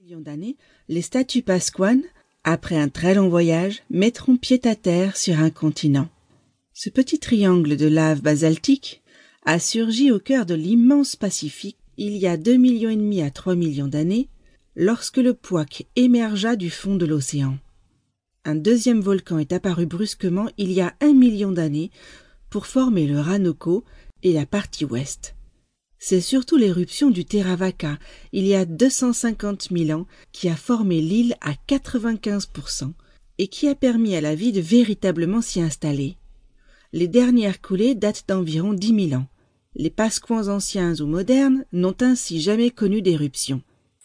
millions d'années, les statues pasquanes, après un très long voyage, mettront pied à terre sur un continent. Ce petit triangle de lave basaltique a surgi au cœur de l'immense Pacifique il y a 2,5 millions à 3 millions d'années, lorsque le Pouac émergea du fond de l'océan. Un deuxième volcan est apparu brusquement il y a 1 million d'années pour former le Ranoko et la partie ouest. C'est surtout l'éruption du Theravaka, il y a 250 000 ans, qui a formé l'île à 95% et qui a permis à la vie de véritablement s'y installer. Les dernières coulées datent d'environ 10 000 ans. Les Pasquans anciens ou modernes n'ont ainsi jamais connu d'éruption.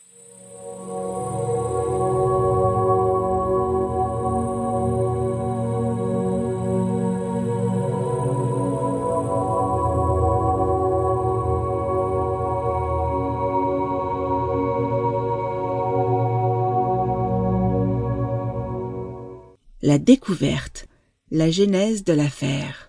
La découverte, la genèse de l'affaire.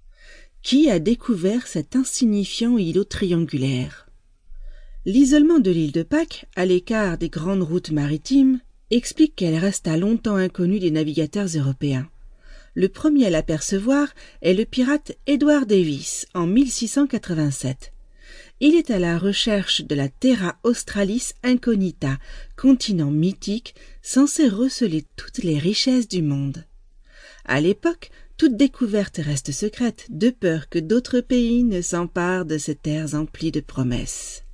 Qui a découvert cet insignifiant îlot triangulaire? L'isolement de l'île de Pâques, à l'écart des grandes routes maritimes, explique qu'elle resta longtemps inconnue des navigateurs européens. Le premier à l'apercevoir est le pirate Edward Davis, en 1687. Il est à la recherche de la Terra Australis Incognita, continent mythique censé receler toutes les richesses du monde. À l'époque, toute découverte reste secrète, de peur que d'autres pays ne s'emparent de ces terres emplies de promesses.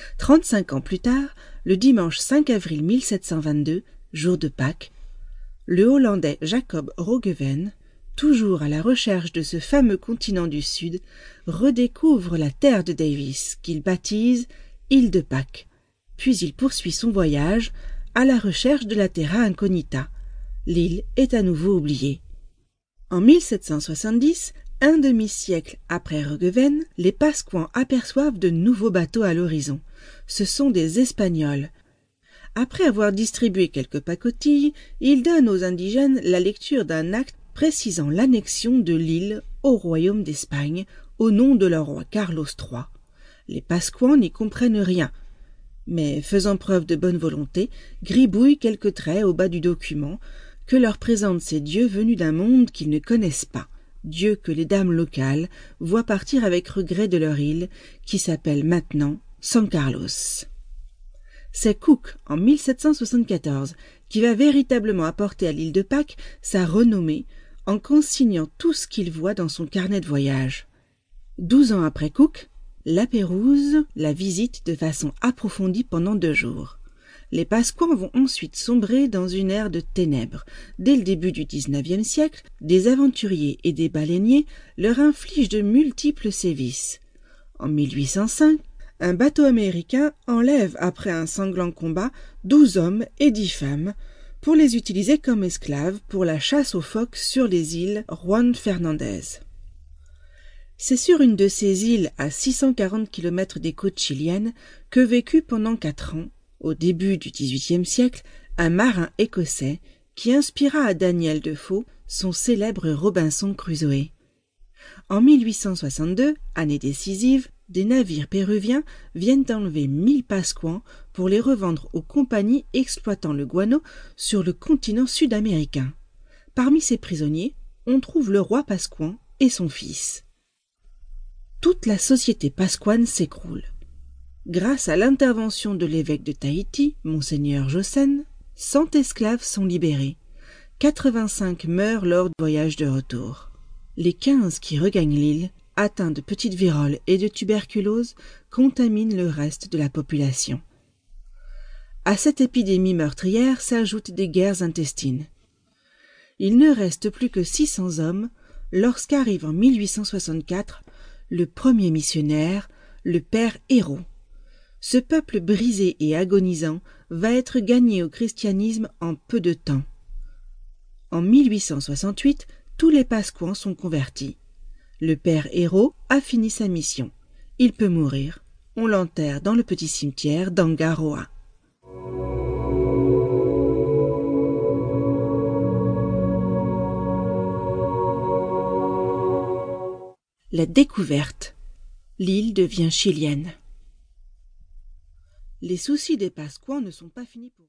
35 ans plus tard, le dimanche 5 avril 1722, jour de Pâques, le Hollandais Jacob Roggeveen, toujours à la recherche de ce fameux continent du Sud, redécouvre la terre de Davis, qu'il baptise île de Pâques. Puis il poursuit son voyage à la recherche de la Terra Incognita. L'île est à nouveau oubliée. En 1770, un demi-siècle après Roggeveen, les Pasquans aperçoivent de nouveaux bateaux à l'horizon. Ce sont des Espagnols. Après avoir distribué quelques pacotilles, ils donnent aux indigènes la lecture d'un acte précisant l'annexion de l'île au royaume d'Espagne au nom de leur roi Carlos III. Les Pasquans n'y comprennent rien, mais faisant preuve de bonne volonté, gribouillent quelques traits au bas du document que leur présentent ces dieux venus d'un monde qu'ils ne connaissent pas, dieux que les dames locales voient partir avec regret de leur île, qui s'appelle maintenant San Carlos. C'est Cook, en 1774, qui va véritablement apporter à l'île de Pâques sa renommée en consignant tout ce qu'il voit dans son carnet de voyage. 12 ans après Cook, la Pérouse la visite de façon approfondie pendant 2 jours. Les Pasquans vont ensuite sombrer dans une ère de ténèbres. Dès le début du XIXe siècle, des aventuriers et des baleiniers leur infligent de multiples sévices. En 1805, un bateau américain enlève après un sanglant combat 12 hommes et 10 femmes pour les utiliser comme esclaves pour la chasse aux phoques sur les îles Juan Fernandez. C'est sur une de ces îles à 640 km des côtes chiliennes que vécut pendant 4 ans, au début du XVIIIe siècle, un marin écossais qui inspira à Daniel Defoe son célèbre Robinson Crusoe. En 1862, année décisive, des navires péruviens viennent enlever 1000 Pasquans pour les revendre aux compagnies exploitant le guano sur le continent sud-américain. Parmi ces prisonniers, on trouve le roi Pasquan et son fils. Toute la société pasquane s'écroule. Grâce à l'intervention de l'évêque de Tahiti, Monseigneur Jossen, 100 esclaves sont libérés. 85 meurent lors du voyage de retour. Les 15 qui regagnent l'île, atteints de petites vérole et de tuberculose, contaminent le reste de la population. À cette épidémie meurtrière s'ajoutent des guerres intestines. Il ne reste plus que 600 hommes lorsqu'arrive en 1864 le premier missionnaire, le père Hérault. Ce peuple brisé et agonisant va être gagné au christianisme en peu de temps. En 1868, tous les Pasquans sont convertis. Le père Hérault a fini sa mission. Il peut mourir. On l'enterre dans le petit cimetière d'Angaroa. La découverte. L'île devient chilienne. Les soucis des Pasquans ne sont pas finis pour